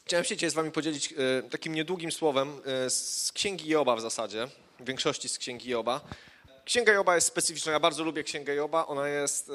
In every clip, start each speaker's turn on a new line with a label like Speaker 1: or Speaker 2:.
Speaker 1: Chciałem się dzisiaj z wami podzielić takim niedługim słowem z Księgi Joba w zasadzie, w większości z Księgi Joba. Księga Joba jest specyficzna, ja bardzo lubię Księgę Joba, ona jest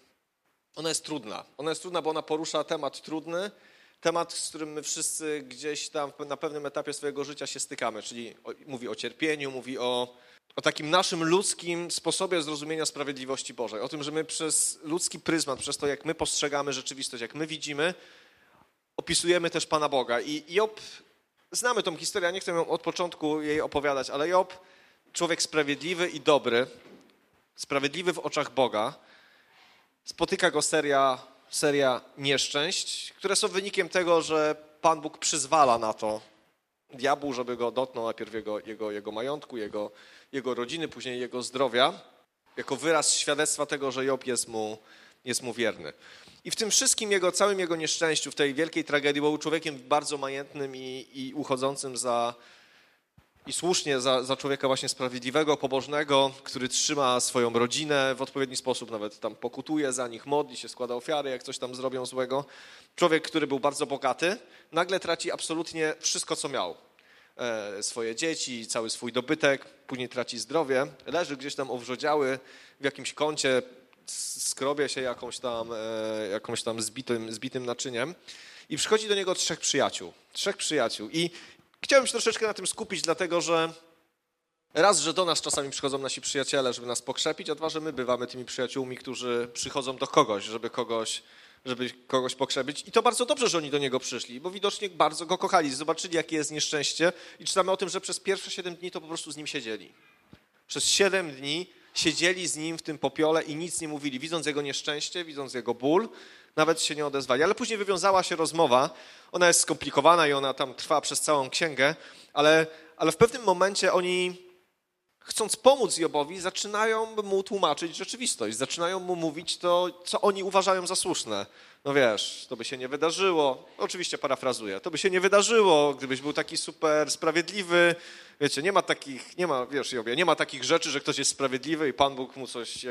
Speaker 1: trudna. Ona jest trudna, bo ona porusza temat trudny, temat, z którym my wszyscy gdzieś tam na pewnym etapie swojego życia się stykamy, czyli mówi o cierpieniu, mówi o takim naszym ludzkim sposobie zrozumienia sprawiedliwości Bożej, o tym, że my przez ludzki pryzmat, przez to, jak my postrzegamy rzeczywistość, jak my widzimy, opisujemy też Pana Boga. I Job, znamy tą historię, ja nie chcę ją od początku jej opowiadać, ale Job, człowiek sprawiedliwy i dobry, sprawiedliwy w oczach Boga, spotyka go seria nieszczęść, które są wynikiem tego, że Pan Bóg przyzwala na to diabłu, żeby go dotknął najpierw jego majątku, jego rodziny, później jego zdrowia, jako wyraz świadectwa tego, że Job jest mu wierny. I w tym wszystkim całym jego nieszczęściu, w tej wielkiej tragedii, bo był człowiekiem bardzo majętnym i uchodzącym słusznie za człowieka właśnie sprawiedliwego, pobożnego, który trzyma swoją rodzinę w odpowiedni sposób, nawet tam pokutuje za nich, modli się, składa ofiary, jak coś tam zrobią złego. Człowiek, który był bardzo bogaty, nagle traci absolutnie wszystko, co miał. Swoje dzieci, cały swój dobytek, później traci zdrowie, leży gdzieś tam owrzodziały w jakimś kącie, skrobie się jakąś tam zbitym naczyniem i przychodzi do niego trzech przyjaciół. I chciałem się troszeczkę na tym skupić, dlatego że że do nas czasami przychodzą nasi przyjaciele, żeby nas pokrzepić, a dwa, że my bywamy tymi przyjaciółmi, którzy przychodzą do kogoś, żeby kogoś pokrzepić. I to bardzo dobrze, że oni do niego przyszli, bo widocznie bardzo go kochali, zobaczyli, jakie jest nieszczęście i czytamy o tym, że przez pierwsze 7 dni to po prostu z nim siedzieli. Przez 7 dni siedzieli z nim w tym popiole i nic nie mówili, widząc jego nieszczęście, widząc jego ból, nawet się nie odezwali. Ale później wywiązała się rozmowa, ona jest skomplikowana i ona tam trwa przez całą księgę, ale w pewnym momencie oni, chcąc pomóc Jobowi, zaczynają mu tłumaczyć rzeczywistość, zaczynają mu mówić to, co oni uważają za słuszne. No wiesz, to by się nie wydarzyło, oczywiście parafrazuję, to by się nie wydarzyło, gdybyś był taki super sprawiedliwy. Wiecie, nie ma takich rzeczy, że ktoś jest sprawiedliwy i Pan Bóg mu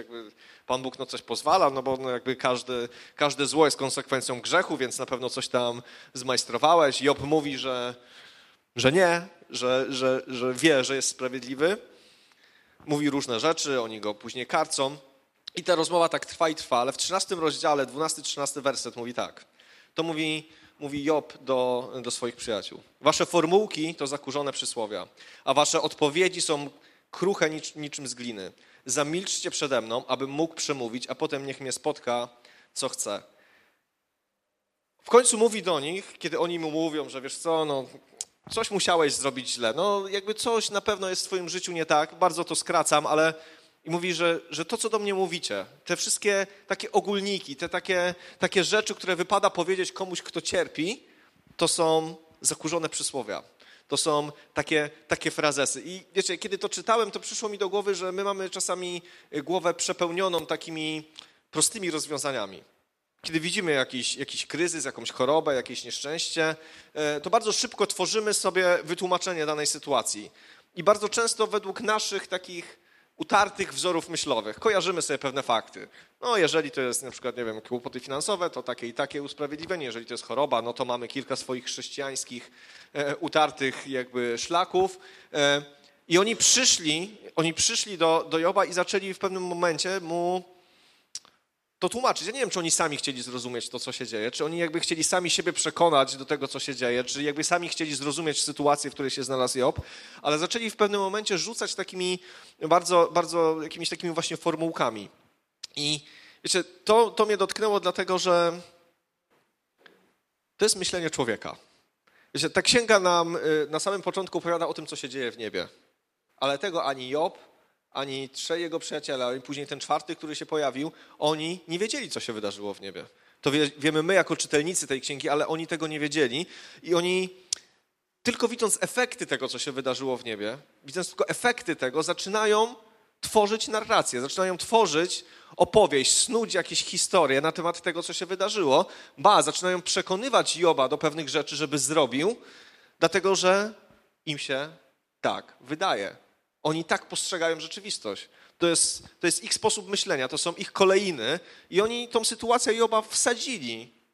Speaker 1: coś pozwala, no bo jakby każde zło jest konsekwencją grzechu, więc na pewno coś tam zmajstrowałeś. Job mówi, że nie, że wie, że jest sprawiedliwy. Mówi różne rzeczy, oni go później karcą. I ta rozmowa tak trwa i trwa, ale w 13 rozdziale, 12-13 werset mówi tak. To mówi Job do swoich przyjaciół. Wasze formułki to zakurzone przysłowia, a wasze odpowiedzi są kruche niczym z gliny. Zamilczcie przede mną, abym mógł przemówić, a potem niech mnie spotka, co chce. W końcu mówi do nich, kiedy oni mu mówią, że wiesz co, no coś musiałeś zrobić źle, no jakby coś na pewno jest w twoim życiu nie tak, bardzo to skracam, ale i mówi, że to, co do mnie mówicie, te wszystkie takie ogólniki, te takie rzeczy, które wypada powiedzieć komuś, kto cierpi, to są zakurzone przysłowia. To są takie frazesy. I wiecie, kiedy to czytałem, to przyszło mi do głowy, że my mamy czasami głowę przepełnioną takimi prostymi rozwiązaniami. Kiedy widzimy jakiś kryzys, jakąś chorobę, jakieś nieszczęście, to bardzo szybko tworzymy sobie wytłumaczenie danej sytuacji. I bardzo często według naszych takich utartych wzorów myślowych kojarzymy sobie pewne fakty. No jeżeli to jest na przykład, nie wiem, kłopoty finansowe, to takie i takie usprawiedliwienie. Jeżeli to jest choroba, no to mamy kilka swoich chrześcijańskich utartych jakby szlaków. I oni przyszli do Joba i zaczęli w pewnym momencie mu to tłumaczyć. Ja nie wiem, czy oni sami chcieli zrozumieć to, co się dzieje, czy oni jakby chcieli sami siebie przekonać do tego, co się dzieje, czy jakby sami chcieli zrozumieć sytuację, w której się znalazł Job, ale zaczęli w pewnym momencie rzucać takimi bardzo, bardzo jakimiś takimi właśnie formułkami. I wiecie, to mnie dotknęło dlatego, że to jest myślenie człowieka. Wiecie, ta księga nam na samym początku opowiada o tym, co się dzieje w niebie, ale tego ani Job, ani 3 jego przyjaciele, ani później ten 4, który się pojawił, oni nie wiedzieli, co się wydarzyło w niebie. To wiemy my jako czytelnicy tej księgi, ale oni tego nie wiedzieli i oni tylko widząc efekty tego, co się wydarzyło w niebie, widząc tylko efekty tego, zaczynają tworzyć narrację, zaczynają tworzyć opowieść, snuć jakieś historie na temat tego, co się wydarzyło. Zaczynają przekonywać Joba do pewnych rzeczy, żeby zrobił, dlatego że im się tak wydaje. Oni tak postrzegają rzeczywistość. To jest ich sposób myślenia, to są ich kolejny i oni tą sytuację Joba wsadzili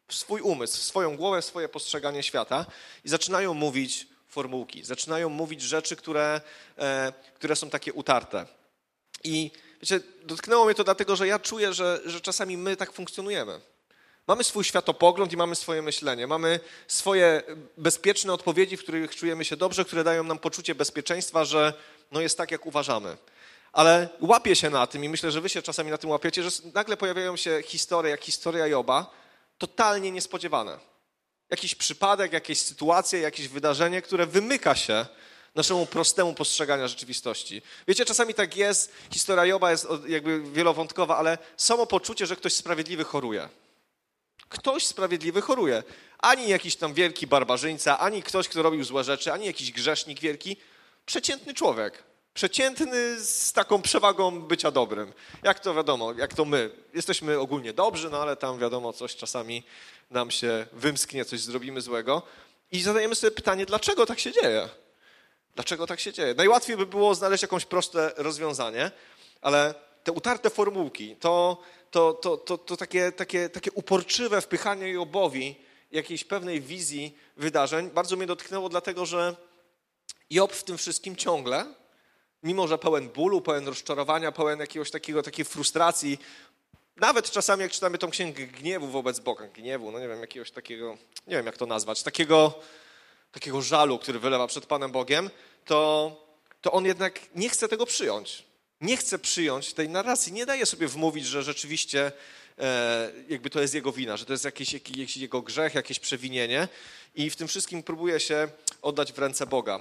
Speaker 1: w swój umysł, w swoją głowę, w swoje postrzeganie świata i zaczynają mówić formułki, zaczynają mówić rzeczy, które są takie utarte. I wiecie, dotknęło mnie to dlatego, że ja czuję, że czasami my tak funkcjonujemy. Mamy swój światopogląd i mamy swoje myślenie. Mamy swoje bezpieczne odpowiedzi, w których czujemy się dobrze, które dają nam poczucie bezpieczeństwa, że no jest tak, jak uważamy. Ale łapię się na tym i myślę, że wy się czasami na tym łapiecie, że nagle pojawiają się historie, jak historia Joba, totalnie niespodziewane. Jakiś przypadek, jakieś sytuacje, jakieś wydarzenie, które wymyka się naszemu prostemu postrzeganiu rzeczywistości. Wiecie, czasami tak jest, historia Joba jest jakby wielowątkowa, ale samo poczucie, że ktoś sprawiedliwy choruje. Ktoś sprawiedliwy choruje. Ani jakiś tam wielki barbarzyńca, ani ktoś, kto robił złe rzeczy, ani jakiś grzesznik wielki. Przeciętny człowiek. Przeciętny z taką przewagą bycia dobrym. Jak to wiadomo, jak to my. Jesteśmy ogólnie dobrzy, no ale tam wiadomo, coś czasami nam się wymsknie, coś zrobimy złego. I zadajemy sobie pytanie, dlaczego tak się dzieje? Dlaczego tak się dzieje? Najłatwiej by było znaleźć jakieś proste rozwiązanie, ale te utarte formułki, to takie uporczywe wpychanie Jobowi jakiejś pewnej wizji wydarzeń bardzo mnie dotknęło, dlatego że Job w tym wszystkim ciągle, mimo że pełen bólu, pełen rozczarowania, pełen jakiegoś takiej frustracji, nawet czasami jak czytamy tą księgę gniewu wobec Boga, no nie wiem, jakiegoś takiego, nie wiem jak to nazwać, takiego żalu, który wylewa przed Panem Bogiem, to on jednak nie chce tego przyjąć. Nie chce przyjąć tej narracji, nie daje sobie wmówić, że rzeczywiście jakby to jest jego wina, że to jest jakiś jego grzech, jakieś przewinienie i w tym wszystkim próbuje się oddać w ręce Boga.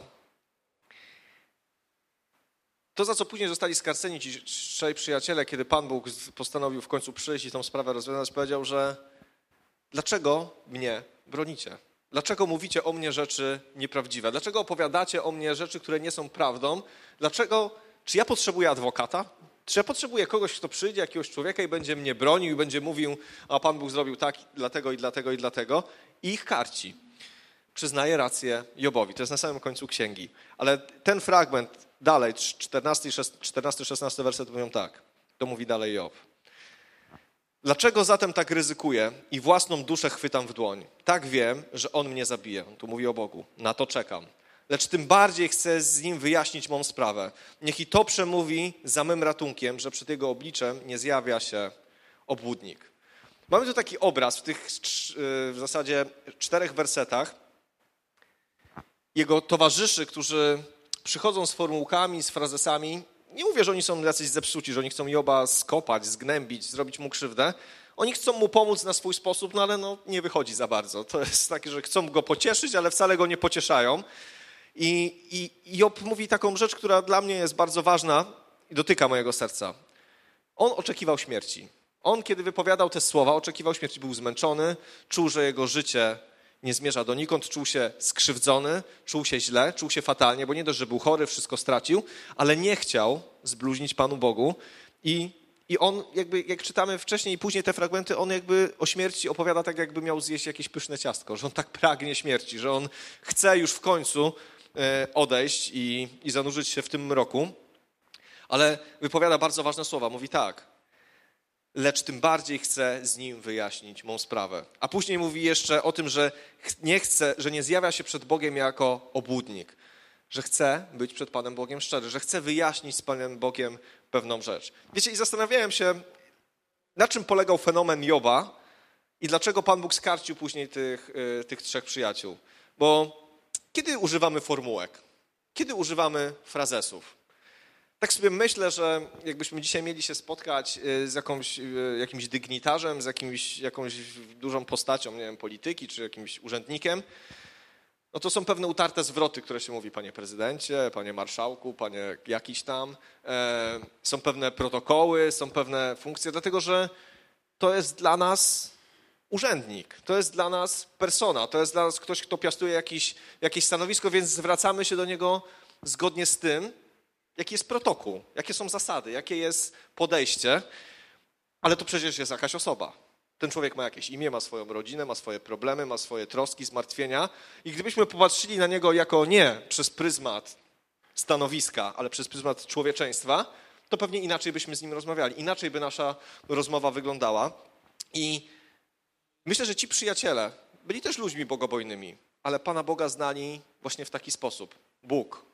Speaker 1: To, za co później zostali skarceni ci trzej przyjaciele, kiedy Pan Bóg postanowił w końcu przyjść i tą sprawę rozwiązać, powiedział, że dlaczego mnie bronicie? Dlaczego mówicie o mnie rzeczy nieprawdziwe? Dlaczego opowiadacie o mnie rzeczy, które nie są prawdą? Czy ja potrzebuję adwokata? Czy ja potrzebuję kogoś, kto przyjdzie, jakiegoś człowieka i będzie mnie bronił i będzie mówił, a Pan Bóg zrobił tak, dlatego i dlatego i dlatego? I ich karci. Przyznaje rację Jobowi. To jest na samym końcu księgi. Ale ten fragment dalej, 14-16 werset mówią tak. To mówi dalej Job. Dlaczego zatem tak ryzykuję i własną duszę chwytam w dłoń? Tak wiem, że on mnie zabije. Tu mówi o Bogu. Na to czekam. Lecz tym bardziej chcę z nim wyjaśnić mą sprawę. Niech i to przemówi za mym ratunkiem, że przed jego obliczem nie zjawia się obłudnik. Mamy tu taki obraz w tych w zasadzie 4 wersetach. Jego towarzyszy, którzy przychodzą z formułkami, z frazesami. Nie mówię, że oni są jacyś zepsuci, że oni chcą Joba skopać, zgnębić, zrobić mu krzywdę. Oni chcą mu pomóc na swój sposób, no ale nie wychodzi za bardzo. To jest takie, że chcą go pocieszyć, ale wcale go nie pocieszają. I Job mówi taką rzecz, która dla mnie jest bardzo ważna i dotyka mojego serca. On oczekiwał śmierci. On, kiedy wypowiadał te słowa, oczekiwał śmierci. Był zmęczony, czuł, że jego życie nie zmierza donikąd, czuł się skrzywdzony, czuł się źle, czuł się fatalnie, bo nie dość, że był chory, wszystko stracił, ale nie chciał zbluźnić Panu Bogu. I on jakby, jak czytamy wcześniej i później te fragmenty, on jakby o śmierci opowiada tak, jakby miał zjeść jakieś pyszne ciastko, że on tak pragnie śmierci, że on chce już w końcu odejść i zanurzyć się w tym mroku, ale wypowiada bardzo ważne słowa. Mówi tak, lecz tym bardziej chcę z nim wyjaśnić mą sprawę. A później mówi jeszcze o tym, że nie chce, że nie zjawia się przed Bogiem jako obłudnik, że chce być przed Panem Bogiem szczery, że chce wyjaśnić z Panem Bogiem pewną rzecz. Wiecie, i zastanawiałem się, na czym polegał fenomen Joba i dlaczego Pan Bóg skarcił później tych 3 przyjaciół. Bo kiedy używamy formułek? Kiedy używamy frazesów? Tak sobie myślę, że jakbyśmy dzisiaj mieli się spotkać z jakimś dygnitarzem, z jakąś dużą postacią, nie wiem, polityki czy jakimś urzędnikiem, no to są pewne utarte zwroty, które się mówi, panie prezydencie, panie marszałku, panie jakiś tam. Są pewne protokoły, są pewne funkcje, dlatego że to jest dla nas urzędnik, to jest dla nas persona, to jest dla nas ktoś, kto piastuje jakieś stanowisko, więc zwracamy się do niego zgodnie z tym, jaki jest protokół, jakie są zasady, jakie jest podejście, ale to przecież jest jakaś osoba. Ten człowiek ma jakieś imię, ma swoją rodzinę, ma swoje problemy, ma swoje troski, zmartwienia i gdybyśmy popatrzyli na niego jako nie przez pryzmat stanowiska, ale przez pryzmat człowieczeństwa, to pewnie inaczej byśmy z nim rozmawiali, inaczej by nasza rozmowa wyglądała. I Myślę, że ci przyjaciele byli też ludźmi bogobojnymi, ale Pana Boga znali właśnie w taki sposób. Bóg,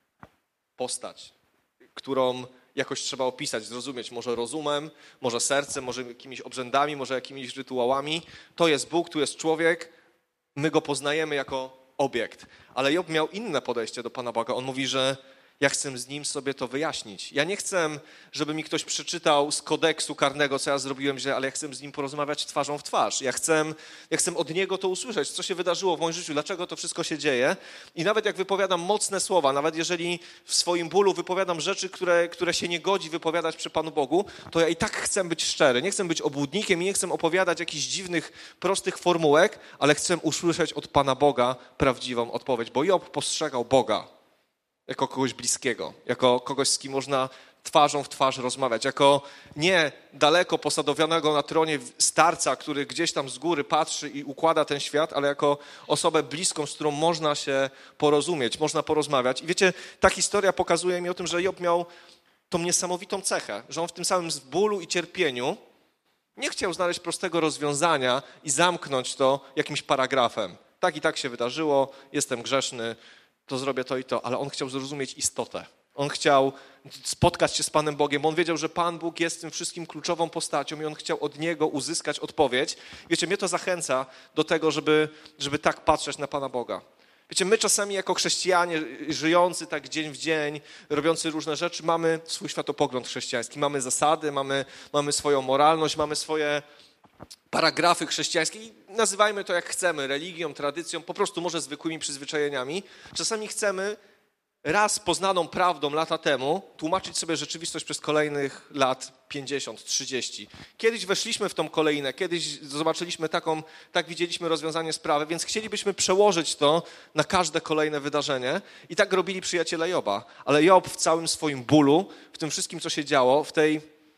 Speaker 1: postać, którą jakoś trzeba opisać, zrozumieć, może rozumem, może sercem, może jakimiś obrzędami, może jakimiś rytuałami. To jest Bóg, tu jest człowiek, my go poznajemy jako obiekt. Ale Job miał inne podejście do Pana Boga. On mówi, że ja chcę z nim sobie to wyjaśnić. Ja nie chcę, żeby mi ktoś przeczytał z kodeksu karnego, co ja zrobiłem źle, ale ja chcę z nim porozmawiać twarzą w twarz. Ja chcę od niego to usłyszeć, co się wydarzyło w moim życiu, dlaczego to wszystko się dzieje. I nawet jak wypowiadam mocne słowa, nawet jeżeli w swoim bólu wypowiadam rzeczy, które się nie godzi wypowiadać przy Panu Bogu, to ja i tak chcę być szczery. Nie chcę być obłudnikiem i nie chcę opowiadać jakichś dziwnych, prostych formułek, ale chcę usłyszeć od Pana Boga prawdziwą odpowiedź, bo Job postrzegał Boga jako kogoś bliskiego, jako kogoś, z kim można twarzą w twarz rozmawiać, jako nie daleko posadowionego na tronie starca, który gdzieś tam z góry patrzy i układa ten świat, ale jako osobę bliską, z którą można się porozumieć, można porozmawiać. I wiecie, ta historia pokazuje mi o tym, że Job miał tą niesamowitą cechę, że on w tym samym bólu i cierpieniu nie chciał znaleźć prostego rozwiązania i zamknąć to jakimś paragrafem. Tak i tak się wydarzyło, jestem grzeszny, to zrobię to i to, ale on chciał zrozumieć istotę. On chciał spotkać się z Panem Bogiem. On wiedział, że Pan Bóg jest tym wszystkim kluczową postacią i on chciał od Niego uzyskać odpowiedź. Wiecie, mnie to zachęca do tego, żeby tak patrzeć na Pana Boga. Wiecie, my czasami jako chrześcijanie żyjący tak dzień w dzień, robiący różne rzeczy, mamy swój światopogląd chrześcijański, mamy zasady, mamy swoją moralność, mamy swoje paragrafy chrześcijańskie i nazywajmy to jak chcemy, religią, tradycją, po prostu może zwykłymi przyzwyczajeniami. Czasami chcemy raz poznaną prawdą lata temu tłumaczyć sobie rzeczywistość przez kolejnych lat 50, 30. Kiedyś weszliśmy w tą kolejnę, kiedyś zobaczyliśmy tak widzieliśmy rozwiązanie sprawy, więc chcielibyśmy przełożyć to na każde kolejne wydarzenie i tak robili przyjaciele Joba. Ale Job w całym swoim bólu, w tym wszystkim, co się działo, w tej,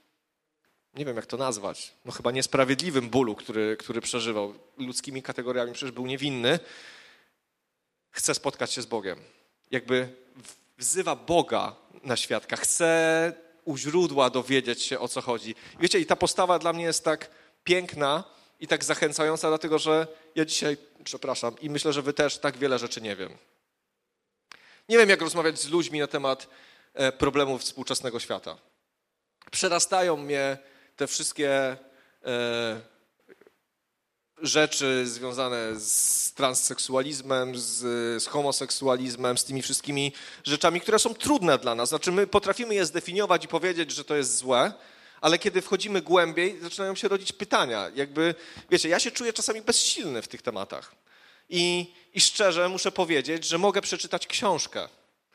Speaker 1: nie wiem jak to nazwać, no chyba niesprawiedliwym bólu, który przeżywał ludzkimi kategoriami, przecież był niewinny, chce spotkać się z Bogiem. Jakby wzywa Boga na świadka, chce u źródła dowiedzieć się, o co chodzi. Wiecie, i ta postawa dla mnie jest tak piękna i tak zachęcająca, dlatego że ja dzisiaj, przepraszam, i myślę, że wy też tak wiele rzeczy nie wiem. Nie wiem, jak rozmawiać z ludźmi na temat problemów współczesnego świata. Przerastają mnie te wszystkie rzeczy związane z transseksualizmem, z homoseksualizmem, z tymi wszystkimi rzeczami, które są trudne dla nas. Znaczy my potrafimy je zdefiniować i powiedzieć, że to jest złe, ale kiedy wchodzimy głębiej, zaczynają się rodzić pytania. Jakby, wiecie, ja się czuję czasami bezsilny w tych tematach. I szczerze muszę powiedzieć, że mogę przeczytać książkę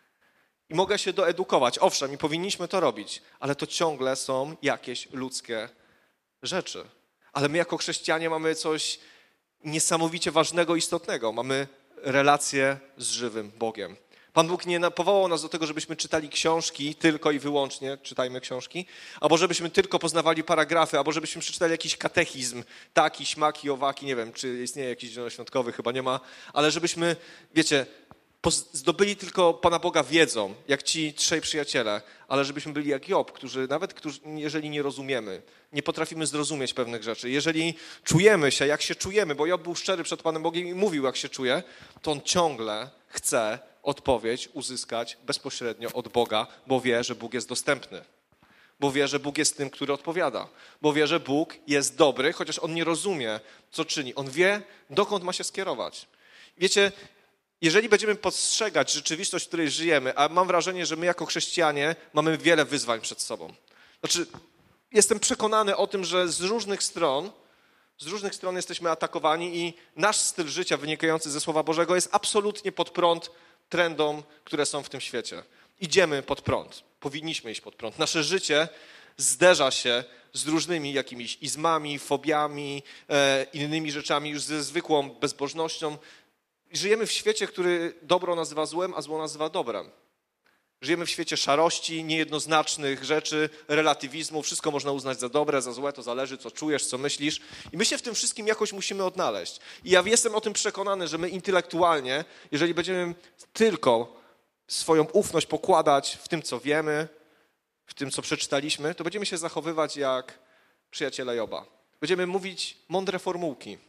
Speaker 1: i mogę się doedukować. Owszem, i powinniśmy to robić, ale to ciągle są jakieś ludzkie rzeczy. Ale my jako chrześcijanie mamy coś niesamowicie ważnego, istotnego. Mamy relację z żywym Bogiem. Pan Bóg nie powołał nas do tego, żebyśmy czytali książki tylko i wyłącznie, czytajmy książki, albo żebyśmy tylko poznawali paragrafy, albo żebyśmy przeczytali jakiś katechizm, taki, śmaki, owaki, nie wiem, czy istnieje jakiś zielonoświątkowy, chyba nie ma, ale żebyśmy, wiecie, zdobyli tylko Pana Boga wiedzą, jak ci trzej przyjaciele, ale żebyśmy byli jak Job, jeżeli nie rozumiemy, nie potrafimy zrozumieć pewnych rzeczy, jeżeli czujemy się, jak się czujemy, bo Job był szczery przed Panem Bogiem i mówił, jak się czuje, to on ciągle chce odpowiedź uzyskać bezpośrednio od Boga, bo wie, że Bóg jest dostępny, bo wie, że Bóg jest tym, który odpowiada, bo wie, że Bóg jest dobry, chociaż on nie rozumie, co czyni. On wie, dokąd ma się skierować. Wiecie, jeżeli będziemy postrzegać rzeczywistość, w której żyjemy, a mam wrażenie, że my jako chrześcijanie mamy wiele wyzwań przed sobą. Znaczy, jestem przekonany o tym, że z różnych stron jesteśmy atakowani i nasz styl życia wynikający ze Słowa Bożego jest absolutnie pod prąd trendom, które są w tym świecie. Idziemy pod prąd. Powinniśmy iść pod prąd. Nasze życie zderza się z różnymi jakimiś izmami, fobiami, innymi rzeczami, już ze zwykłą bezbożnością. Żyjemy w świecie, który dobro nazywa złem, a zło nazywa dobrem. Żyjemy w świecie szarości, niejednoznacznych rzeczy, relatywizmu. Wszystko można uznać za dobre, za złe, to zależy, co czujesz, co myślisz. I my się w tym wszystkim jakoś musimy odnaleźć. I ja jestem o tym przekonany, że my intelektualnie, jeżeli będziemy tylko swoją ufność pokładać w tym, co wiemy, w tym, co przeczytaliśmy, to będziemy się zachowywać jak przyjaciele Joba. Będziemy mówić mądre formułki.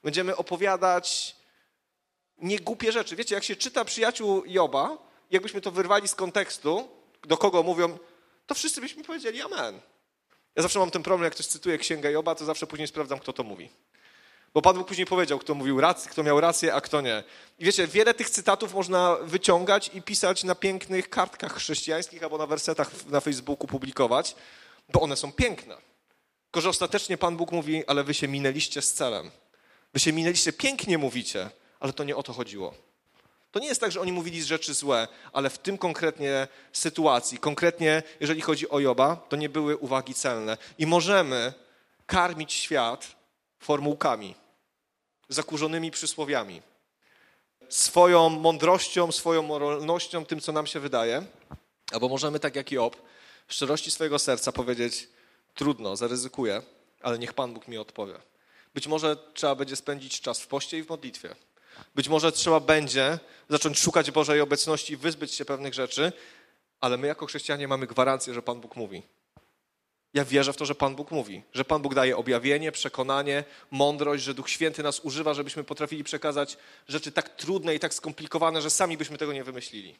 Speaker 1: Będziemy opowiadać niegłupie rzeczy. Wiecie, jak się czyta przyjaciół Joba, jakbyśmy to wyrwali z kontekstu, do kogo mówią, to wszyscy byśmy powiedzieli amen. Ja zawsze mam ten problem, jak ktoś cytuje Księgę Joba, to zawsze później sprawdzam, kto to mówi. Bo Pan Bóg później powiedział, kto miał rację, a kto nie. I wiecie, wiele tych cytatów można wyciągać i pisać na pięknych kartkach chrześcijańskich albo na wersetach na Facebooku publikować, bo one są piękne. Tylko że ostatecznie Pan Bóg mówi, ale wy się minęliście z celem. Wy się minęliście, pięknie mówicie, ale to nie o to chodziło. To nie jest tak, że oni mówili rzeczy złe, ale w tym konkretnie sytuacji, konkretnie jeżeli chodzi o Joba, to nie były uwagi celne. I możemy karmić świat formułkami, zakurzonymi przysłowiami, swoją mądrością, swoją moralnością, tym, co nam się wydaje, albo możemy, tak jak Job, w szczerości swojego serca powiedzieć, trudno, zaryzykuję, ale niech Pan Bóg mi odpowie. Być może trzeba będzie spędzić czas w poście i w modlitwie. Być może trzeba będzie zacząć szukać Bożej obecności i wyzbyć się pewnych rzeczy, ale my jako chrześcijanie mamy gwarancję, że Pan Bóg mówi. Ja wierzę w to, że Pan Bóg mówi, że Pan Bóg daje objawienie, przekonanie, mądrość, że Duch Święty nas używa, żebyśmy potrafili przekazać rzeczy tak trudne i tak skomplikowane, że sami byśmy tego nie wymyślili.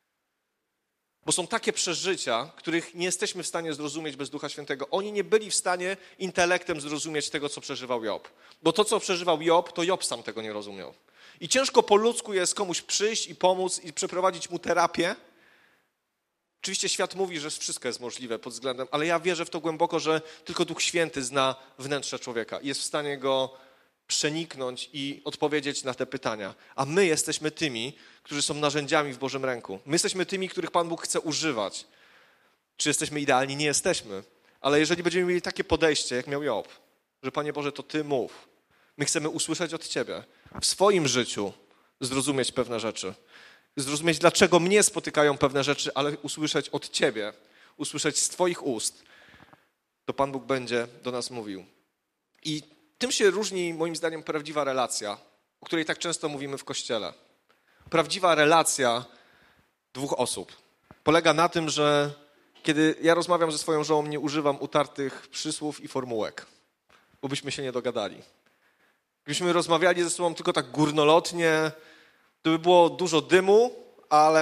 Speaker 1: Bo są takie przeżycia, których nie jesteśmy w stanie zrozumieć bez Ducha Świętego. Oni nie byli w stanie intelektem zrozumieć tego, co przeżywał Job. Bo to, co przeżywał Job, to Job sam tego nie rozumiał. I ciężko po ludzku jest komuś przyjść i pomóc i przeprowadzić mu terapię. Oczywiście świat mówi, że wszystko jest możliwe pod względem, ale ja wierzę w to głęboko, że tylko Duch Święty zna wnętrze człowieka i jest w stanie go przeniknąć i odpowiedzieć na te pytania. A my jesteśmy tymi, którzy są narzędziami w Bożym ręku. My jesteśmy tymi, których Pan Bóg chce używać. Czy jesteśmy idealni? Nie jesteśmy. Ale jeżeli będziemy mieli takie podejście, jak miał Job, że Panie Boże, to Ty mów. My chcemy usłyszeć od Ciebie. W swoim życiu zrozumieć pewne rzeczy. Zrozumieć, dlaczego mnie spotykają pewne rzeczy, ale usłyszeć od Ciebie, usłyszeć z Twoich ust, to Pan Bóg będzie do nas mówił. I tym się różni, moim zdaniem, prawdziwa relacja, o której tak często mówimy w Kościele. Prawdziwa relacja dwóch osób polega na tym, że kiedy ja rozmawiam ze swoją żoną, nie używam utartych przysłów i formułek, bo byśmy się nie dogadali. Gdybyśmy rozmawiali ze sobą tylko tak górnolotnie, to by było dużo dymu, ale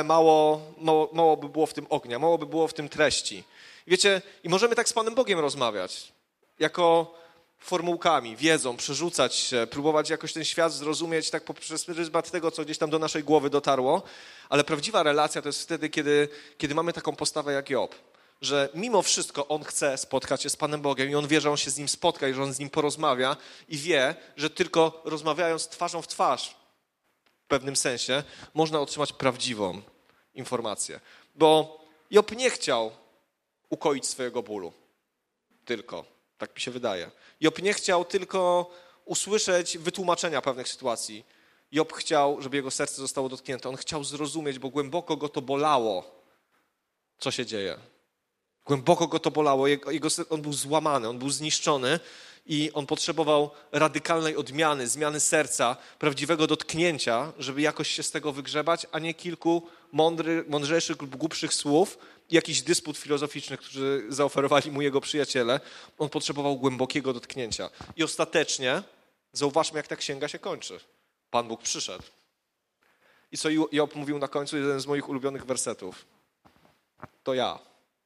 Speaker 1: mało by było w tym ognia, mało by było w tym treści. I wiecie, i możemy tak z Panem Bogiem rozmawiać, jako formułkami, wiedzą, przerzucać się, próbować jakoś ten świat zrozumieć tak poprzez pryzmat tego, co gdzieś tam do naszej głowy dotarło, ale prawdziwa relacja to jest wtedy, kiedy mamy taką postawę jak Job, że mimo wszystko on chce spotkać się z Panem Bogiem i on wie, że on się z Nim spotka i że on z Nim porozmawia i wie, że tylko rozmawiając twarzą w twarz w pewnym sensie można otrzymać prawdziwą informację. Bo Job nie chciał ukoić swojego bólu. Tylko. Tak mi się wydaje. Job nie chciał tylko usłyszeć wytłumaczenia pewnych sytuacji. Job chciał, żeby jego serce zostało dotknięte. On chciał zrozumieć, bo głęboko go to bolało, co się dzieje. Głęboko go to bolało. On był złamany, on był zniszczony i on potrzebował radykalnej odmiany, zmiany serca, prawdziwego dotknięcia, żeby jakoś się z tego wygrzebać, a nie kilku mądrzejszych lub głupszych słów i jakiś dysput filozoficzny, który zaoferowali mu jego przyjaciele. On potrzebował głębokiego dotknięcia. I ostatecznie, zauważmy, jak ta księga się kończy. Pan Bóg przyszedł. I co Job mówił na końcu, jeden z moich ulubionych wersetów. To ja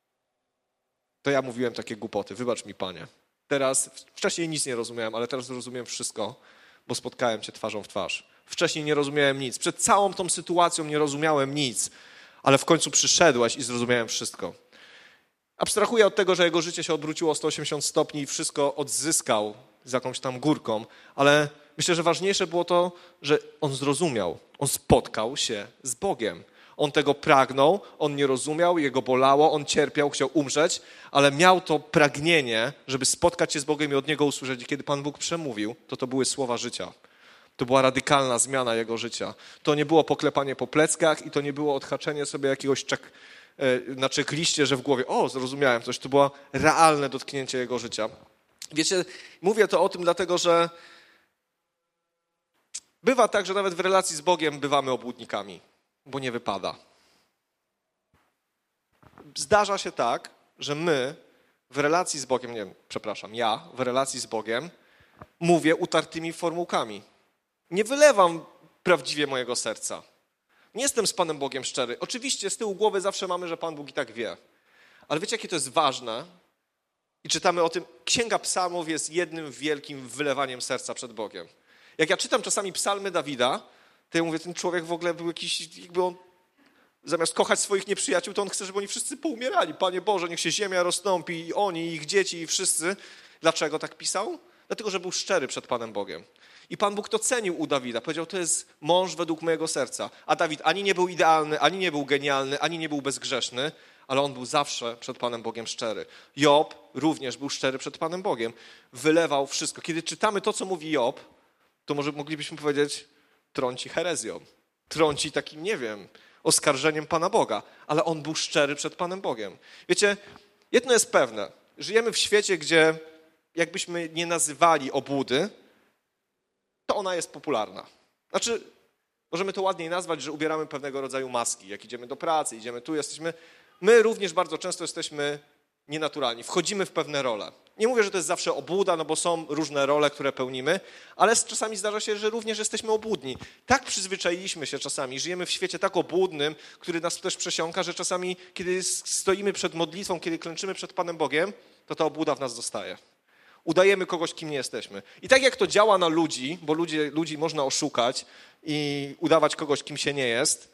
Speaker 1: mówiłem takie głupoty, wybacz mi, Panie. Teraz, wcześniej nic nie rozumiałem, ale teraz rozumiem wszystko, bo spotkałem Cię twarzą w twarz. Wcześniej nie rozumiałem nic. Przed całą tą sytuacją nie rozumiałem nic, ale w końcu przyszedłeś i zrozumiałem wszystko. Abstrahuję od tego, że jego życie się obróciło o 180 stopni i wszystko odzyskał z jakąś tam górką, ale myślę, że ważniejsze było to, że on zrozumiał, on spotkał się z Bogiem. On tego pragnął, on nie rozumiał, jego bolało, on cierpiał, chciał umrzeć, ale miał to pragnienie, żeby spotkać się z Bogiem i od Niego usłyszeć. I kiedy Pan Bóg przemówił, to były słowa życia. To była radykalna zmiana jego życia. To nie było poklepanie po pleckach i to nie było odhaczenie sobie jakiegoś na checkliście, że w głowie, zrozumiałem coś. To było realne dotknięcie jego życia. Wiecie, mówię to o tym dlatego, że bywa tak, że nawet w relacji z Bogiem bywamy obłudnikami, bo nie wypada. Zdarza się tak, że my w relacji z Bogiem, ja w relacji z Bogiem mówię utartymi formułkami. Nie wylewam prawdziwie mojego serca. Nie jestem z Panem Bogiem szczery. Oczywiście z tyłu głowy zawsze mamy, że Pan Bóg i tak wie. Ale wiecie, jakie to jest ważne? I czytamy o tym, Księga Psalmów jest jednym wielkim wylewaniem serca przed Bogiem. Jak ja czytam czasami psalmy Dawida, to ja mówię, ten człowiek w ogóle był jakiś, jakby on zamiast kochać swoich nieprzyjaciół, to on chce, żeby oni wszyscy poumierali. Panie Boże, niech się ziemia rozstąpi i oni, i ich dzieci, i wszyscy. Dlaczego tak pisał? Dlatego, że był szczery przed Panem Bogiem. I Pan Bóg to cenił u Dawida. Powiedział, to jest mąż według mojego serca. A Dawid ani nie był idealny, ani nie był genialny, ani nie był bezgrzeszny, ale on był zawsze przed Panem Bogiem szczery. Job również był szczery przed Panem Bogiem. Wylewał wszystko. Kiedy czytamy to, co mówi Job, to może moglibyśmy powiedzieć, trąci herezją. Trąci takim, nie wiem, oskarżeniem Pana Boga. Ale on był szczery przed Panem Bogiem. Wiecie, jedno jest pewne. Żyjemy w świecie, gdzie jakbyśmy nie nazywali obłudy, to ona jest popularna. Znaczy, możemy to ładniej nazwać, że ubieramy pewnego rodzaju maski. Jak idziemy do pracy, idziemy tu, jesteśmy... My również bardzo często jesteśmy nienaturalni. Wchodzimy w pewne role. Nie mówię, że to jest zawsze obłuda, no bo są różne role, które pełnimy, ale czasami zdarza się, że również jesteśmy obłudni. Tak przyzwyczailiśmy się czasami, żyjemy w świecie tak obłudnym, który nas też przesiąka, że czasami, kiedy stoimy przed modlitwą, kiedy klęczymy przed Panem Bogiem, to ta obłuda w nas zostaje. Udajemy kogoś, kim nie jesteśmy. I tak jak to działa na ludzi, bo ludzi można oszukać i udawać kogoś, kim się nie jest,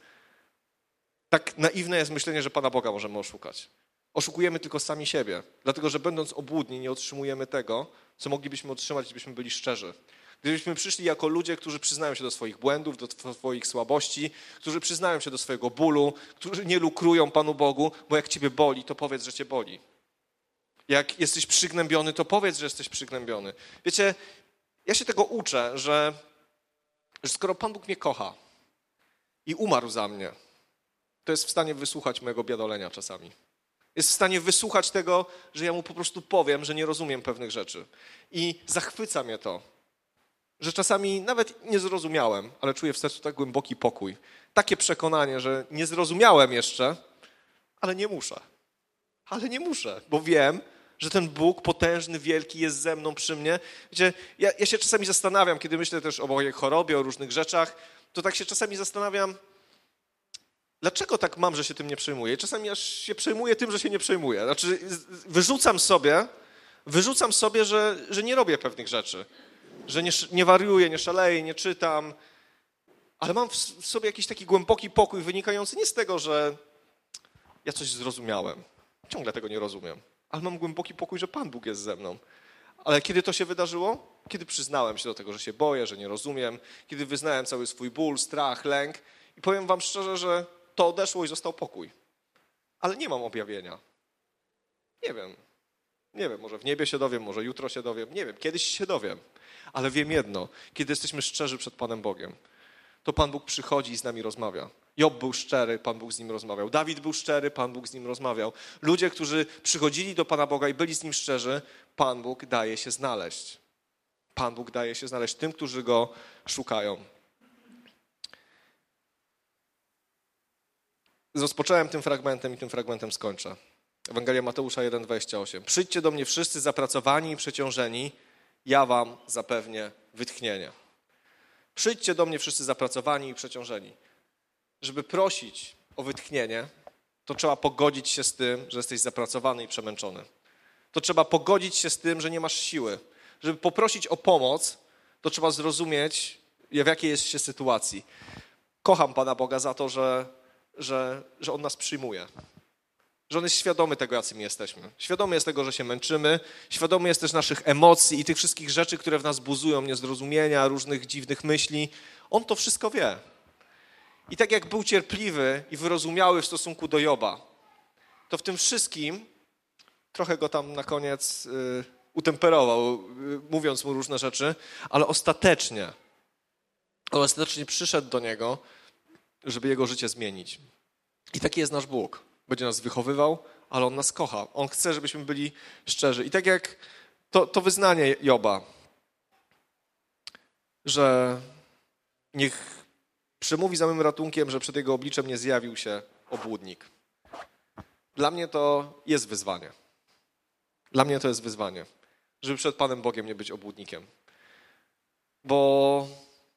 Speaker 1: tak naiwne jest myślenie, że Pana Boga możemy oszukać. Oszukujemy tylko sami siebie, dlatego że będąc obłudni nie otrzymujemy tego, co moglibyśmy otrzymać, gdybyśmy byli szczerzy. Gdybyśmy przyszli jako ludzie, którzy przyznają się do swoich błędów, do swoich słabości, którzy przyznają się do swojego bólu, którzy nie lukrują Panu Bogu, bo jak Ciebie boli, to powiedz, że Cię boli. Jak jesteś przygnębiony, to powiedz, że jesteś przygnębiony. Wiecie, ja się tego uczę, że skoro Pan Bóg mnie kocha i umarł za mnie, to jest w stanie wysłuchać mojego biadolenia czasami. Jest w stanie wysłuchać tego, że ja mu po prostu powiem, że nie rozumiem pewnych rzeczy. I zachwyca mnie to, że czasami nawet nie zrozumiałem, ale czuję w sercu tak głęboki pokój. Takie przekonanie, że nie zrozumiałem jeszcze, ale nie muszę. Ale nie muszę, bo wiem, że ten Bóg potężny, wielki jest ze mną przy mnie. Wiecie, ja się czasami zastanawiam, kiedy myślę też o mojej chorobie, o różnych rzeczach, to tak się czasami zastanawiam, dlaczego tak mam, że się tym nie przejmuję? Czasami aż się przejmuję tym, że się nie przejmuję. Znaczy wyrzucam sobie, że nie robię pewnych rzeczy. Że nie wariuję, nie szaleję, nie czytam. Ale mam w sobie jakiś taki głęboki pokój wynikający nie z tego, że ja coś zrozumiałem. Ciągle tego nie rozumiem. Ale mam głęboki pokój, że Pan Bóg jest ze mną. Ale kiedy to się wydarzyło? Kiedy przyznałem się do tego, że się boję, że nie rozumiem. Kiedy wyznałem cały swój ból, strach, lęk. I powiem wam szczerze, że to odeszło i został pokój. Ale nie mam objawienia. Nie wiem, może w niebie się dowiem, może jutro się dowiem. Nie wiem, kiedyś się dowiem. Ale wiem jedno, kiedy jesteśmy szczerzy przed Panem Bogiem, to Pan Bóg przychodzi i z nami rozmawia. Job był szczery, Pan Bóg z nim rozmawiał. Dawid był szczery, Pan Bóg z nim rozmawiał. Ludzie, którzy przychodzili do Pana Boga i byli z nim szczerzy, Pan Bóg daje się znaleźć. Pan Bóg daje się znaleźć tym, którzy Go szukają. Rozpocząłem tym fragmentem i tym fragmentem skończę. Ewangelia Mateusza 1,28. Przyjdźcie do mnie wszyscy zapracowani i przeciążeni, ja wam zapewnię wytchnienie. Przyjdźcie do mnie wszyscy zapracowani i przeciążeni. Żeby prosić o wytchnienie, to trzeba pogodzić się z tym, że jesteś zapracowany i przemęczony. To trzeba pogodzić się z tym, że nie masz siły. Żeby poprosić o pomoc, to trzeba zrozumieć, w jakiej jest się sytuacji. Kocham Pana Boga za to, że On nas przyjmuje. Że On jest świadomy tego, jacy my jesteśmy. Świadomy jest tego, że się męczymy. Świadomy jest też naszych emocji i tych wszystkich rzeczy, które w nas buzują, niezrozumienia, różnych dziwnych myśli. On to wszystko wie. I tak jak był cierpliwy i wyrozumiały w stosunku do Joba, to w tym wszystkim trochę go tam na koniec utemperował, mówiąc mu różne rzeczy, ale ostatecznie przyszedł do niego, żeby jego życie zmienić. I taki jest nasz Bóg. Będzie nas wychowywał, ale On nas kocha. On chce, żebyśmy byli szczerzy. I tak jak to wyznanie Joba, że niech przemówi za mym ratunkiem, że przed Jego obliczem nie zjawił się obłudnik. Dla mnie to jest wyzwanie. Dla mnie to jest wyzwanie, żeby przed Panem Bogiem nie być obłudnikiem. bo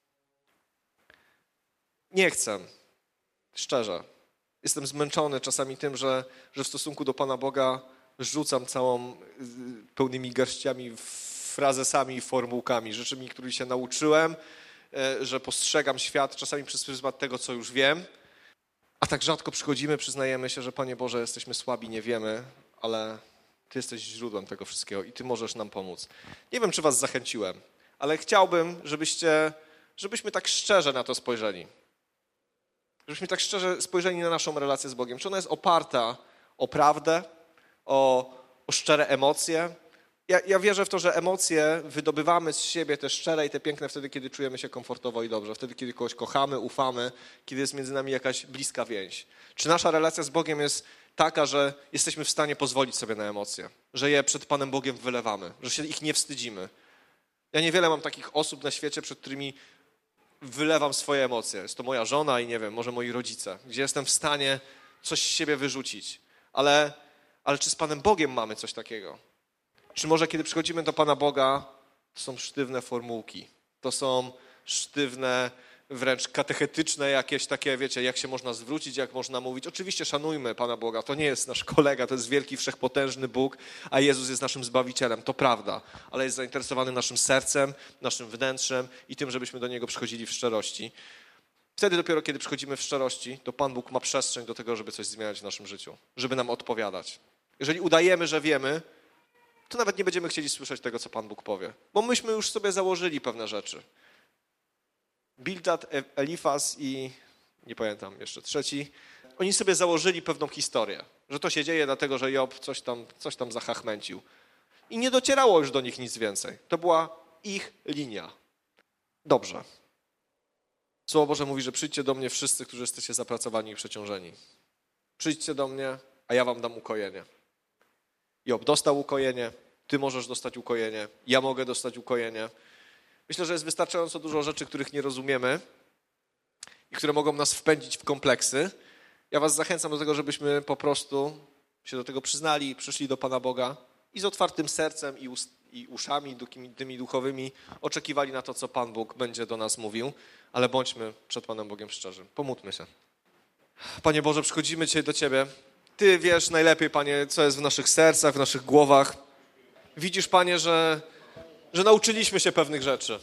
Speaker 1: nie chcę, szczerze. Jestem zmęczony czasami tym, że w stosunku do Pana Boga rzucam całą pełnymi garściami, frazesami i formułkami, rzeczami, których się nauczyłem, że postrzegam świat czasami przez pryzmat tego, co już wiem, a tak rzadko przychodzimy, przyznajemy się, że Panie Boże, jesteśmy słabi, nie wiemy, ale Ty jesteś źródłem tego wszystkiego i Ty możesz nam pomóc. Nie wiem, czy was zachęciłem, ale chciałbym, żebyśmy tak szczerze na to spojrzeli. Żebyśmy tak szczerze spojrzeli na naszą relację z Bogiem. Czy ona jest oparta o prawdę, o szczere emocje? Ja wierzę w to, że emocje wydobywamy z siebie, te szczere i te piękne wtedy, kiedy czujemy się komfortowo i dobrze. Wtedy, kiedy kogoś kochamy, ufamy, kiedy jest między nami jakaś bliska więź. Czy nasza relacja z Bogiem jest taka, że jesteśmy w stanie pozwolić sobie na emocje? Że je przed Panem Bogiem wylewamy? Że się ich nie wstydzimy? Ja niewiele mam takich osób na świecie, przed którymi wylewam swoje emocje. Jest to moja żona i nie wiem, może moi rodzice, gdzie jestem w stanie coś z siebie wyrzucić. Ale czy z Panem Bogiem mamy coś takiego? Czy może kiedy przychodzimy do Pana Boga, to są sztywne formułki, to są sztywne, wręcz katechetyczne jakieś takie, wiecie, jak się można zwrócić, jak można mówić. Oczywiście szanujmy Pana Boga, to nie jest nasz kolega, to jest wielki, wszechpotężny Bóg, a Jezus jest naszym Zbawicielem, to prawda, ale jest zainteresowany naszym sercem, naszym wnętrzem i tym, żebyśmy do Niego przychodzili w szczerości. Wtedy dopiero, kiedy przychodzimy w szczerości, to Pan Bóg ma przestrzeń do tego, żeby coś zmieniać w naszym życiu, żeby nam odpowiadać. Jeżeli udajemy, że wiemy, to nawet nie będziemy chcieli słyszeć tego, co Pan Bóg powie, bo myśmy już sobie założyli pewne rzeczy. Bildad, Elifaz i nie pamiętam jeszcze trzeci, oni sobie założyli pewną historię, że to się dzieje dlatego, że Job coś tam zachachmęcił. I nie docierało już do nich nic więcej. To była ich linia. Dobrze. Słowo Boże mówi, że przyjdźcie do mnie wszyscy, którzy jesteście zapracowani i przeciążeni. Przyjdźcie do mnie, a ja wam dam ukojenie. Job dostał ukojenie, ty możesz dostać ukojenie, ja mogę dostać ukojenie. Myślę, że jest wystarczająco dużo rzeczy, których nie rozumiemy i które mogą nas wpędzić w kompleksy. Ja was zachęcam do tego, żebyśmy po prostu się do tego przyznali, przyszli do Pana Boga i z otwartym sercem i uszami tymi duchowymi oczekiwali na to, co Pan Bóg będzie do nas mówił, ale bądźmy przed Panem Bogiem szczerzy. Pomódlmy się. Panie Boże, przychodzimy dzisiaj do Ciebie. Ty wiesz najlepiej, Panie, co jest w naszych sercach, w naszych głowach. Widzisz, Panie, że nauczyliśmy się pewnych rzeczy.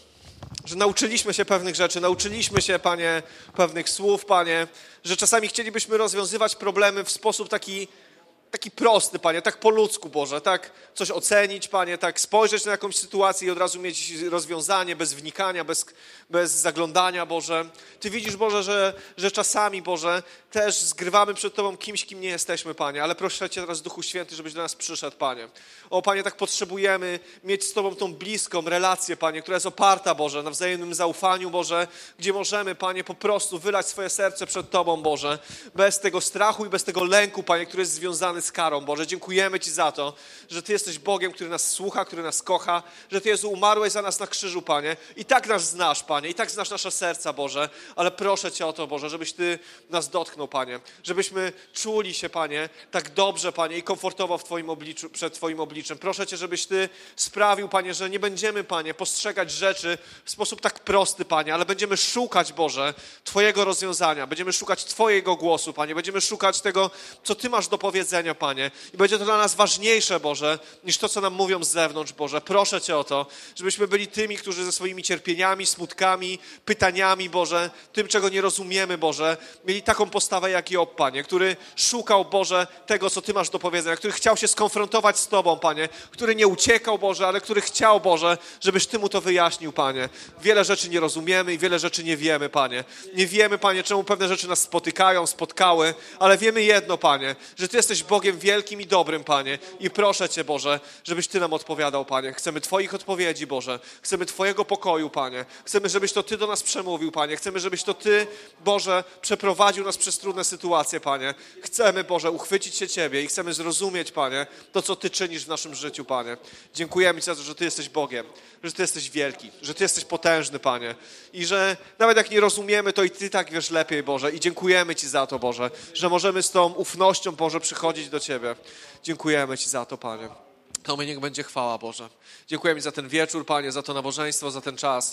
Speaker 1: Nauczyliśmy się, Panie, pewnych słów, Panie, że czasami chcielibyśmy rozwiązywać problemy w sposób taki prosty, Panie, tak po ludzku, Boże, tak coś ocenić, Panie, tak spojrzeć na jakąś sytuację i od razu mieć rozwiązanie bez wnikania, bez zaglądania, Boże. Ty widzisz, Boże, że czasami, Boże, też zgrywamy przed Tobą kimś, kim nie jesteśmy, Panie, ale proszę Cię teraz, Duchu Święty, żebyś do nas przyszedł, Panie. O, Panie, tak potrzebujemy mieć z Tobą tą bliską relację, Panie, która jest oparta, Boże, na wzajemnym zaufaniu, Boże, gdzie możemy, Panie, po prostu wylać swoje serce przed Tobą, Boże, bez tego strachu i bez tego lęku, Panie, który jest związany z karą, Boże. Dziękujemy Ci za to, że Ty jesteś Bogiem, który nas słucha, który nas kocha, że Ty, Jezu, umarłeś za nas na krzyżu, Panie. I tak nas znasz, Panie, i tak znasz nasze serca, Boże, ale proszę Cię o to, Boże, żebyś Ty nas dotknął, Panie, żebyśmy czuli się, Panie, tak dobrze, Panie, i komfortowo w Twoim obliczu, przed Twoim obliczem. Proszę Cię, żebyś Ty sprawił, Panie, że nie będziemy, Panie, postrzegać rzeczy w sposób tak prosty, Panie, ale będziemy szukać, Boże, Twojego rozwiązania, będziemy szukać Twojego głosu, Panie, będziemy szukać tego, co Ty masz do powiedzenia, Panie. I będzie to dla nas ważniejsze, Boże, niż to, co nam mówią z zewnątrz, Boże. Proszę Cię o to, żebyśmy byli tymi, którzy ze swoimi cierpieniami, smutkami, pytaniami, Boże, tym, czego nie rozumiemy, Boże, mieli taką postawę jak Job, Panie, który szukał, Boże, tego, co Ty masz do powiedzenia, który chciał się skonfrontować z Tobą, Panie, który nie uciekał, Boże, ale który chciał, Boże, żebyś Ty mu to wyjaśnił, Panie. Wiele rzeczy nie rozumiemy i wiele rzeczy nie wiemy, Panie. Nie wiemy, Panie, czemu pewne rzeczy nas spotkały, ale wiemy jedno, Panie, że Ty jesteś Bogiem wielkim i dobrym, Panie. I proszę Cię, Boże, żebyś Ty nam odpowiadał, Panie. Chcemy Twoich odpowiedzi, Boże. Chcemy Twojego pokoju, Panie. Chcemy, żebyś to Ty do nas przemówił, Panie. Chcemy, żebyś to Ty, Boże, przeprowadził nas przez trudne sytuacje, Panie. Chcemy, Boże, uchwycić się Ciebie i chcemy zrozumieć, Panie, to, co Ty czynisz w naszym życiu, Panie. Dziękujemy Ci za to, że Ty jesteś Bogiem, że Ty jesteś wielki, że Ty jesteś potężny, Panie. I że nawet jak nie rozumiemy, to i Ty tak wiesz lepiej, Boże. I dziękujemy Ci za to, Boże, że możemy z tą ufnością, Boże, przychodzić do Ciebie. Dziękujemy Ci za to, Panie. Tobie niech będzie chwała, Boże. Dziękujemy Ci za ten wieczór, Panie, za to nabożeństwo, za ten czas.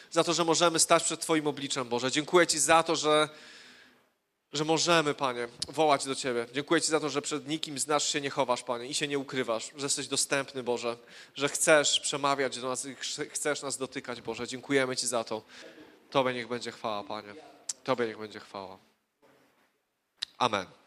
Speaker 1: za to, że możemy stać przed Twoim obliczem, Boże. Dziękuję Ci za to, że możemy, Panie, wołać do Ciebie. Dziękuję Ci za to, że przed nikim z nas się nie chowasz, Panie, i się nie ukrywasz, że jesteś dostępny, Boże, że chcesz przemawiać do nas i chcesz nas dotykać, Boże. Dziękujemy Ci za to. Tobie niech będzie chwała, Panie. Tobie niech będzie chwała. Amen.